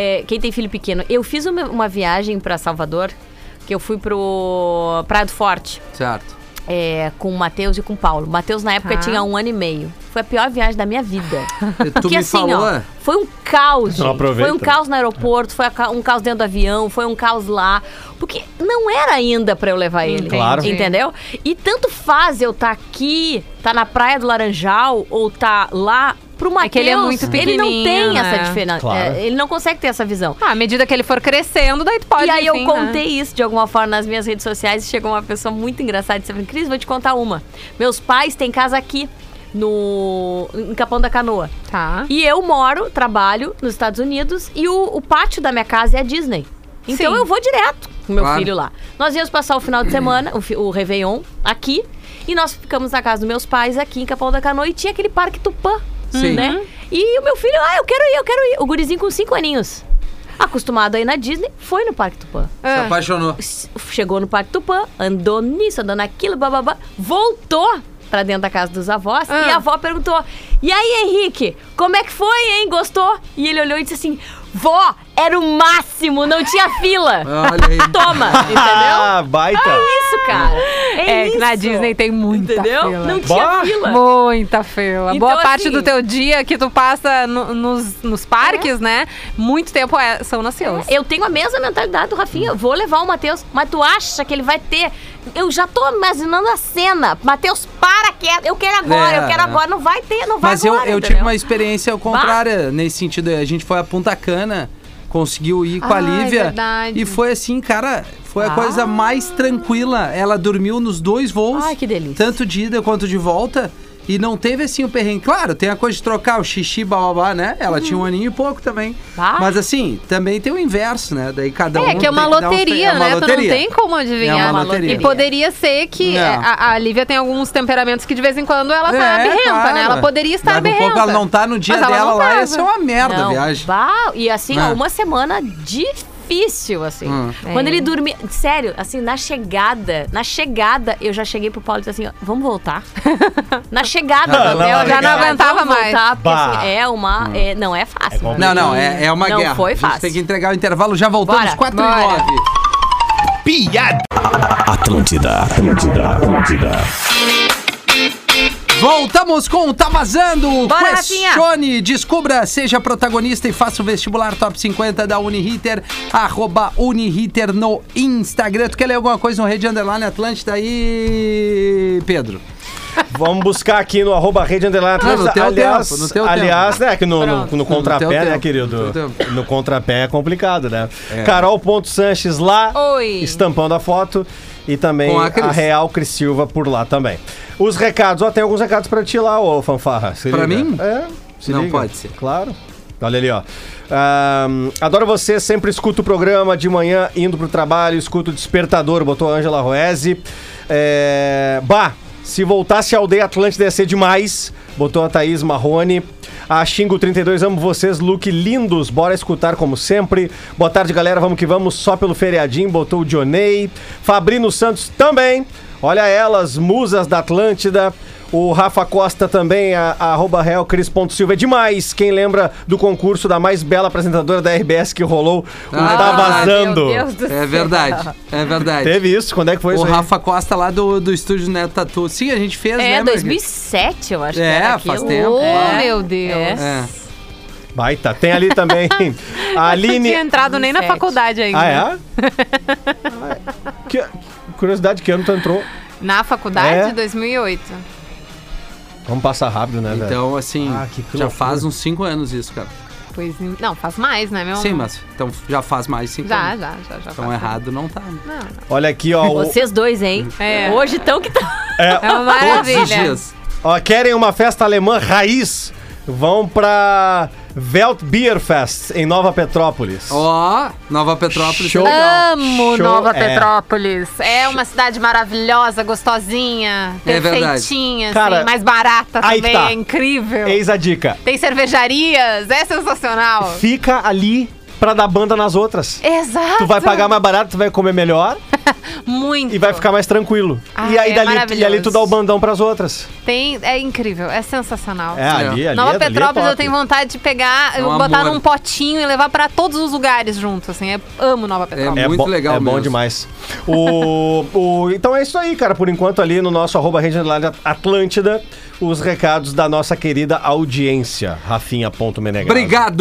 Eu fiz uma viagem pra Salvador, que eu fui pro Prado Forte.
Certo.
Com o Matheus e com o Paulo. O Matheus, na época, tinha 1 ano e meio. Foi a pior viagem da minha vida. Porque assim, foi um caos, gente. Foi um caos no aeroporto, foi um caos dentro do avião, foi um caos lá. Porque não era ainda pra eu levar ele.
Claro.
Entendeu? E tanto faz eu estar aqui, tá na Praia do Laranjal, ou tá lá... Pro Matheus,
que ele é muito
ele não tem essa diferença.
Claro.
Ele não consegue ter essa visão.
À medida que ele for crescendo, daí tu pode.
E aí eu contei isso de alguma forma nas minhas redes sociais e chegou uma pessoa muito engraçada e disse: Cris, vou te contar uma. Meus pais têm casa aqui em Capão da Canoa.
Tá.
E eu trabalho nos Estados Unidos e o pátio da minha casa é a Disney. Então eu vou direto. com meu filho lá. Nós íamos passar o final de semana, o Réveillon, aqui. E nós ficamos na casa dos meus pais aqui em Capão da Canoa e tinha aquele Parque Tupã, né? E o meu filho, eu quero ir. O gurizinho com 5 aninhos. Acostumado a ir na Disney, foi no Parque Tupã.
Se apaixonou.
Chegou no Parque Tupã, andou nisso, andou naquilo, bababá. Voltou pra dentro da casa dos avós e a avó perguntou: e aí, Henrique, como é que foi, hein? Gostou? E ele olhou e disse assim: vó, era o máximo, não tinha fila.
Olha aí.
Toma, entendeu?
Baita.
É isso, cara. É isso.
Na Disney tem muita fila.
Não tinha fila.
Muita fila.
Então,
Boa parte
assim,
do teu dia que tu passa nos parques, né? Muito tempo são nas filas.
Eu tenho a mesma mentalidade do Rafinha. Vou levar o Matheus, mas tu acha que ele vai ter... Eu já tô imaginando a cena. Matheus, para quieto. Eu quero agora. Não vai ter, não vai
Mas
agora,
eu tive uma experiência ao contrário nesse sentido. A gente foi a Punta Cana, conseguiu ir com a Lívia.
Verdade.
E foi assim, cara, foi a coisa mais tranquila. Ela dormiu nos 2 voos.
Ai, que delícia.
Tanto de ida quanto de volta. E não teve assim o perrengue. Claro, tem a coisa de trocar o xixi, bababá, né? Ela tinha 1 aninho e pouco também. Mas assim, também tem o inverso, né? Daí cada um...
É, que é uma loteria, né? Tu não tem como adivinhar.
É uma loteria.
E poderia ser que a Lívia tem alguns temperamentos que de vez em quando ela tá birrenta,
claro,
né? Ela poderia estar birrenta.
Daqui a pouco ela não tá no dia dela lá, ia ser uma merda a viagem.
E assim, uma semana difícil, assim. Quando ele dormia... Sério, assim, na chegada, eu já cheguei pro Paulo e disse assim, ó, vamos voltar. Na chegada,
eu já não aguentava mais.
Voltar, porque assim, não é fácil.
É uma guerra.
Não foi fácil.
A gente tem que entregar o intervalo, já voltamos, 4h09.
Piada. Atlântida.
Voltamos com o Tá Vazando.
Bora,
Questione, descubra, seja protagonista e faça o vestibular Top 50 da Uniriter, @Uniriter no Instagram. Tu quer ler alguma coisa no Rede Underline Atlântida aí, Pedro?
Vamos buscar aqui no @Rede Underline Atlântida.
No teu tempo.
Aliás, né, que no contrapé, né, querido? No contrapé é complicado, né? Carol.Sanches lá, estampando a foto. E também a Real Cris Silva por lá também. Os recados, tem alguns recados pra ti lá, ô Fanfarra.
Pra mim?
Não
liga. Pode ser.
Claro. Olha ali, ó. Adoro você, sempre escuto o programa de manhã, indo pro trabalho, escuto o Despertador, botou a Ângela Roese. Se voltasse a Aldeia Atlântida ia ser demais, botou a Thaís Marrone. A Xingo 32, amo vocês, look lindos, bora escutar como sempre. Boa tarde, galera, vamos que vamos, só pelo feriadinho, botou o Dionei. Fabrino Santos também, olha elas, musas da Atlântida. O Rafa Costa também, a @realcris.silva. É demais, quem lembra do concurso da mais bela apresentadora da RBS que rolou, o Tá Vazando.
Meu Deus do céu.
É verdade.
Teve isso? Quando é que foi isso aí?
O Rafa Costa lá do estúdio Neto Tatu. Sim, a gente fez, né?
2007, eu acho que era
faz
aquilo.
tempo.
Meu Deus.
Baita. Tem ali também a Aline...
Não tinha entrado nem na faculdade ainda.
Curiosidade, que ano tu entrou?
Na faculdade, 2008.
Vamos passar rápido, né, velho?
Então, assim, já faz uns 5 anos isso, cara.
Não, faz mais, né, meu amor?
Sim, mas então já faz mais de 5 anos.
Já.
Então errado não tá.
Não.
Olha aqui, ó.
Vocês dois, hein? Hoje tão que tá.
É uma maravilha.
Todos os dias.
Ó, querem uma festa alemã raiz? Vão pra Weltbierfest, em Nova Petrópolis.
Nova Petrópolis.
Show.
Amo Nova Petrópolis. É uma cidade maravilhosa, gostosinha, perfeitinha,
Cara,
assim, mais barata também,
tá.
é incrível.
Eis a dica.
Tem cervejarias, é sensacional.
Fica ali pra dar banda nas outras.
Exato.
Tu vai pagar mais barato, tu vai comer melhor.
Muito.
E vai ficar mais tranquilo. E aí ali tu dá o bandão pras outras.
É incrível, é sensacional.
Ali
Nova Petrópolis
é
eu tenho vontade de pegar, botar num potinho e levar pra todos os lugares junto, assim. Eu amo Nova Petrópolis.
É muito legal mesmo.
É bom demais. Então é isso aí, cara. Por enquanto ali no nosso @Rede Atlântida, os recados da nossa querida audiência. Rafinha.Menegas.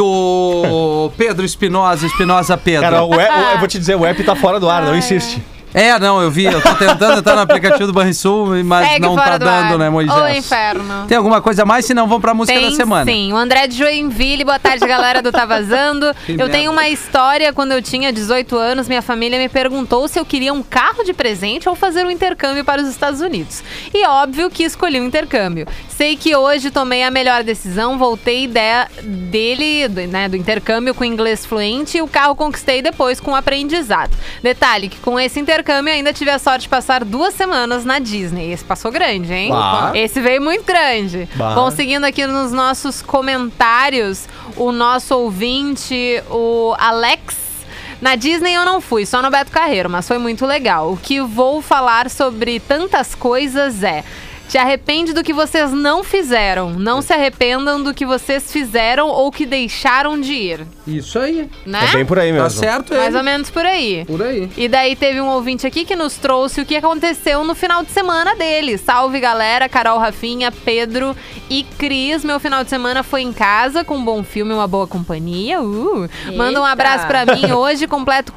Obrigado, Pedro Espinosa Pedro.
Cara, eu vou te dizer, o app tá fora do ar, não insiste.
Não, eu vi. Eu tô tentando entrar no aplicativo do Banrisul, mas
Segue
não tá dando, né, Moisés?
Ô, inferno.
Tem alguma coisa a mais? Se não, vamos pra música da semana.
Sim. O André de Joinville, boa tarde, galera do Tá Vazando. Eu tenho uma história. Quando eu tinha 18 anos, minha família me perguntou se eu queria um carro de presente ou fazer um intercâmbio para os Estados Unidos. E óbvio que escolhi um intercâmbio. Sei que hoje tomei a melhor decisão, voltei ideia dele, do intercâmbio com inglês fluente, e o carro conquistei depois com aprendizado. Detalhe que com esse intercâmbio ainda tive a sorte de passar 2 semanas na Disney. Esse passou grande, hein? Esse veio muito grande. Bom, seguindo aqui nos nossos comentários, o nosso ouvinte, o Alex. Na Disney eu não fui, só no Beto Carreiro, mas foi muito legal. O que vou falar sobre tantas coisas é: te arrepende do que vocês não fizeram. Não se arrependam do que vocês fizeram ou que deixaram de ir.
Isso aí.
Né?
É bem por aí mesmo.
Tá certo,
Mais ou menos por aí.
Por aí.
E daí teve um ouvinte aqui que nos trouxe o que aconteceu no final de semana dele. Salve, galera. Carol, Rafinha, Pedro e Cris. Meu final de semana foi em casa, com um bom filme e uma boa companhia. Manda um abraço pra mim hoje. Completo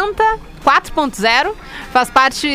4.0. Faz parte...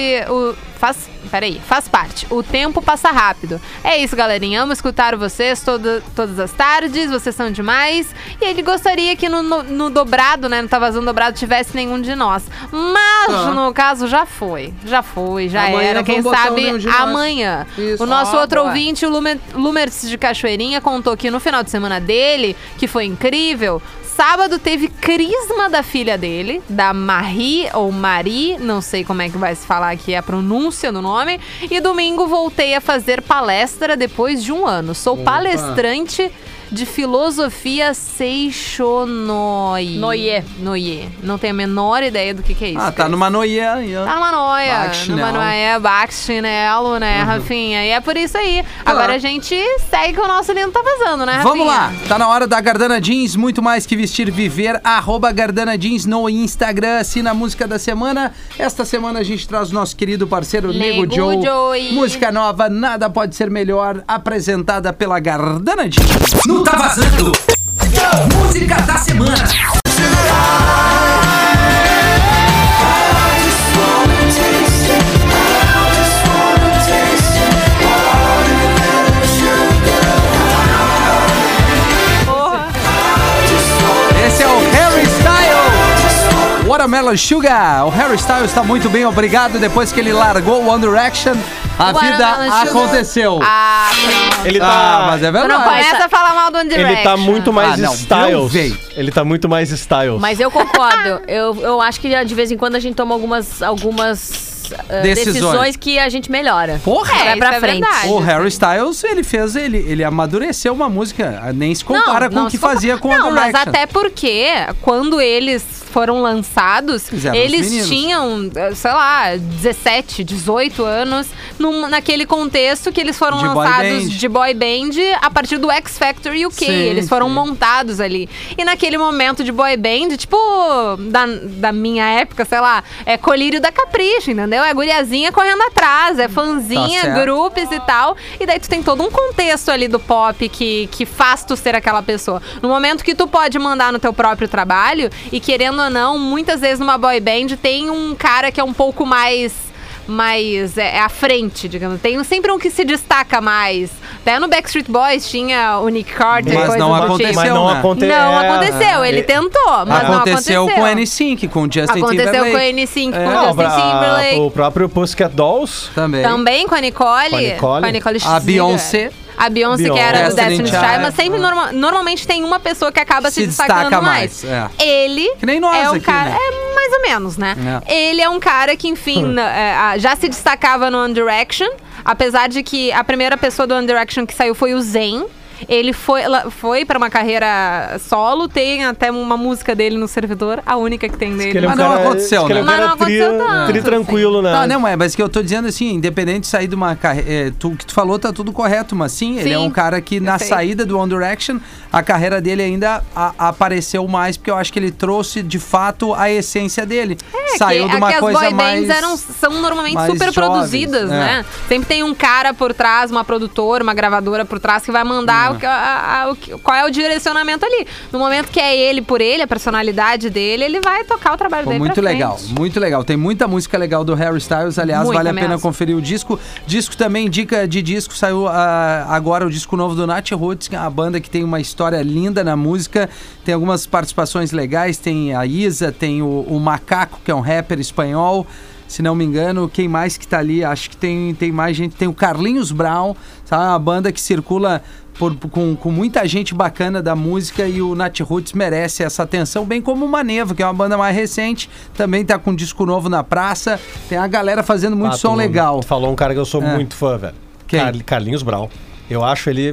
Faz parte. O tempo passa rápido. É isso, galerinha. Amo escutar vocês todas as tardes. Vocês são demais. E ele gostaria que no dobrado, né? No Tá Vazando dobrado tivesse nenhum de nós. Mas, no caso, já foi. Já amanhã era. Quem sabe amanhã. Isso. O nosso outro ouvinte, o Lumers de Cachoeirinha, contou que no final de semana dele, que foi incrível... Sábado teve crisma da filha dele, da Marie, não sei como é que vai se falar aqui a pronúncia do nome. E domingo voltei a fazer palestra depois de 1 ano. Sou palestrante de filosofia Seixonoi.
Noie.
Não tenho a menor ideia do que é isso.
Tá numa noia.
Tá numa noia. Numa noia, Baxinelo, né, Rafinha? E é por isso aí. Agora a gente segue com o nosso lindo Tá Vazando, né, Rafinha?
Vamos lá. Tá na hora da Gardana Jeans, muito mais que vestir, viver. @Gardana Jeans no Instagram. Assina a música da semana. Esta semana a gente traz o nosso querido parceiro Nego Joe. Música nova, Nada Pode Ser Melhor, apresentada pela Gardana Jeans.
No Tá Vazando, música da semana.
Esse é o Harry Styles, Watermelon Sugar. O Harry Styles está muito bem, obrigado. Depois que ele largou o One Direction, a vida aconteceu.
Ele tá...
mas é verdade.
Não começa a falar mal do One Direction.
Ele tá muito mais Styles. Ele tá muito mais Styles.
Mas eu concordo. eu acho que de vez em quando a gente toma algumas decisões que a gente melhora.
Porra,
vai pra frente.
O Harry Styles, ele amadureceu uma música, nem se compara com o que fazia com o One Direction.
Mas até porque quando eles foram lançados, eles tinham, sei lá, 17, 18 anos, naquele contexto que eles foram lançados de boy band a partir do X Factor UK. Eles foram montados ali. E naquele momento de boy band, tipo, da minha época, sei lá, é Colírio da Capricho, entendeu? É guriazinha correndo atrás, é fanzinha, grupos e tal. E daí tu tem todo um contexto ali do pop que faz tu ser aquela pessoa. No momento que tu pode mandar no teu próprio trabalho, e querendo ou não, muitas vezes numa boy band tem um cara que é um pouco mais à frente, digamos. Tem sempre um que se destaca mais. Até no Backstreet Boys tinha o Nick Carter.
Mas não aconteceu,
tipo.
Não
aconteceu. Ele tentou, mas não aconteceu.
Com o NSYNC, com o Justin Timberlake.
Aconteceu com o NSYNC, com o Justin Timberlake.
O próprio Pussycat Dolls.
Também com a Nicole. Com a Nicole
a Beyoncé.
A Beyoncé, que era do Destiny's Child, mas sempre normalmente tem uma pessoa que acaba se destacando mais. Ele
que nem nós
é um
aqui,
cara,
né?
mais ou menos, né? Ele é um cara que, enfim, já se destacava no One Direction, apesar de que a primeira pessoa do One Direction que saiu foi o Zayn. Ele foi pra uma carreira solo, tem até uma música dele no servidor, a única que tem dele.
Mas não aconteceu, né?
Mas não aconteceu tanto.
Tranquilo, né?
Não, mas que eu tô dizendo assim, independente de sair de uma carreira, o que tu falou tá tudo correto, mas sim, ele é um cara que na saída do One Direction, a carreira dele ainda apareceu mais, porque eu acho que ele trouxe de fato a essência dele. Saiu de uma coisa mais...
As boy bands são normalmente
mais
super
jovens,
produzidas, né? Sempre tem um cara por trás, uma produtora, uma gravadora por trás que vai mandar qual é o direcionamento ali. No momento que é ele por ele, a personalidade dele, ele vai tocar o trabalho dele
muito legal, muito legal. Tem muita música legal do Harry Styles, aliás, vale a pena conferir o disco. Disco também, dica de disco, saiu agora o disco novo do Nat Roots, que é uma banda que tem uma história linda na música, tem algumas participações legais, tem a Isa, tem o Macaco, que é um rapper espanhol, se não me engano. Quem mais que tá ali? Acho que tem mais gente. Tem o Carlinhos Brown, sabe? Uma banda que circula com muita gente bacana da música, e o Nat Roots merece essa atenção, bem como o Maneva, que é uma banda mais recente, também tá com um disco novo na praça. Tem a galera fazendo muito som legal.
Falou um cara que eu sou muito fã, velho. Carlinhos Brown. Eu acho ele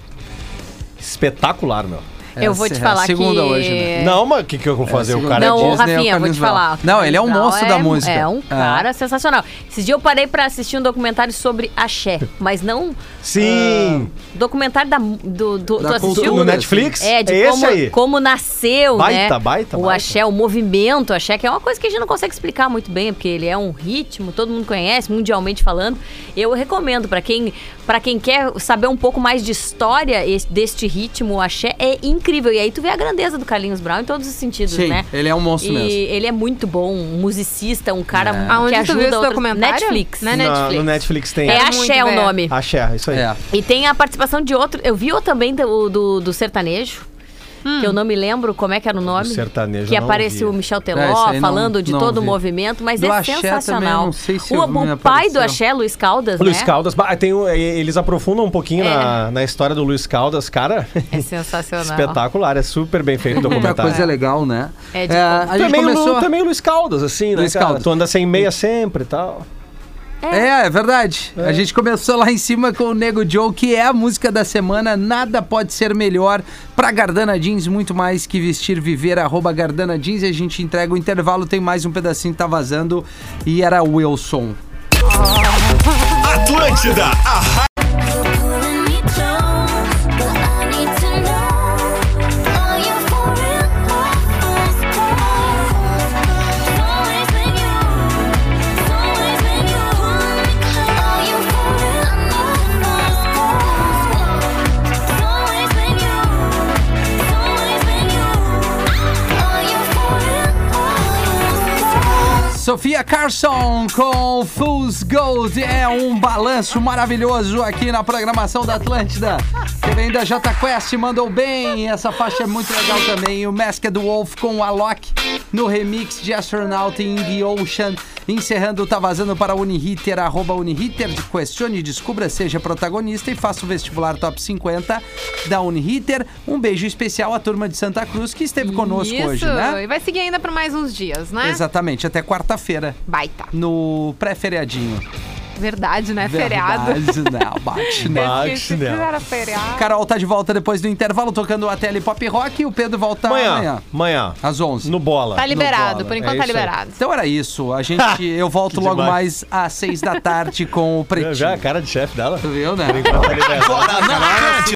espetacular, meu.
Eu vou te falar
segunda que... hoje, né?
Não, mas o que eu vou fazer? O cara
não,
é Disney,
Rafinha, vou te falar.
Não, ele é um monstro da música.
É um cara sensacional. Esses dias eu parei pra assistir um documentário sobre axé, mas não...
Sim!
Documentário tu assistiu?
No Netflix?
De como nasceu,
baita.
O axé, o movimento axé, que é uma coisa que a gente não consegue explicar muito bem, porque ele é um ritmo, todo mundo conhece, mundialmente falando. Eu recomendo, pra quem quer saber um pouco mais de história deste ritmo, o axé é incrível. E aí tu vê a grandeza do Carlinhos Brown em todos os sentidos, né?
Sim, ele é um monstro mesmo.
E ele é muito bom, um musicista, um cara que
ajuda
tu viu esse
documentário?
Netflix.
No Netflix tem.
É Axé o nome.
Axé, isso aí.
E tem a participação de outro... Eu vi também do sertanejo, que eu não me lembro como é que era o nome.
Sertanejo.
Que apareceu o Michel Teló falando de todo o movimento, mas é sensacional.
Não sei se
o pai do Axé, Luiz Caldas,
Luiz Caldas. Eles aprofundam um pouquinho na história do Luiz Caldas, cara.
É sensacional.
Espetacular, é super bem feito o documentário.
Muita coisa legal, né?
Também o Luiz Caldas, assim, Luiz Caldas. Tu anda sem meia sempre e tal.
É verdade. A gente começou lá em cima com o Nego Joe, que é a música da semana. Nada pode ser melhor pra Gardana Jeans, muito mais que vestir, viver, @Gardana Jeans. E a gente entrega o intervalo, tem mais um pedacinho que tá vazando, e era Wilson.
Atlântida,
Sofia Carson com Fool's Gold. É um balanço maravilhoso aqui na programação da Atlântida. Que vem da Jota Quest, mandou bem. Essa faixa é muito legal também. E o Masked Wolf com o Alok no remix de Astronaut in the Ocean. Encerrando, tá vazando para Uniriter, @Uniriter. Questione, descubra, seja protagonista e faça o vestibular Top 50 da Uniriter. Um beijo especial à turma de Santa Cruz que esteve conosco hoje, né?
E vai seguir ainda por mais uns dias, né?
Exatamente, até quarta-feira.
Baita.
No pré-feriadinho.
Verdade, né? Feriado.
Não, bate, né?
Era feriado.
Carol tá de volta depois do intervalo, tocando a tele Pop Rock, e o Pedro volta
amanhã.
Às 11.
No Bola.
Tá liberado, por enquanto tá liberado.
Então era isso. Eu volto logo mais às 6 da tarde com o Pretinho.
Já a cara de chefe dela.
Tu viu, né?
Por enquanto tá liberado.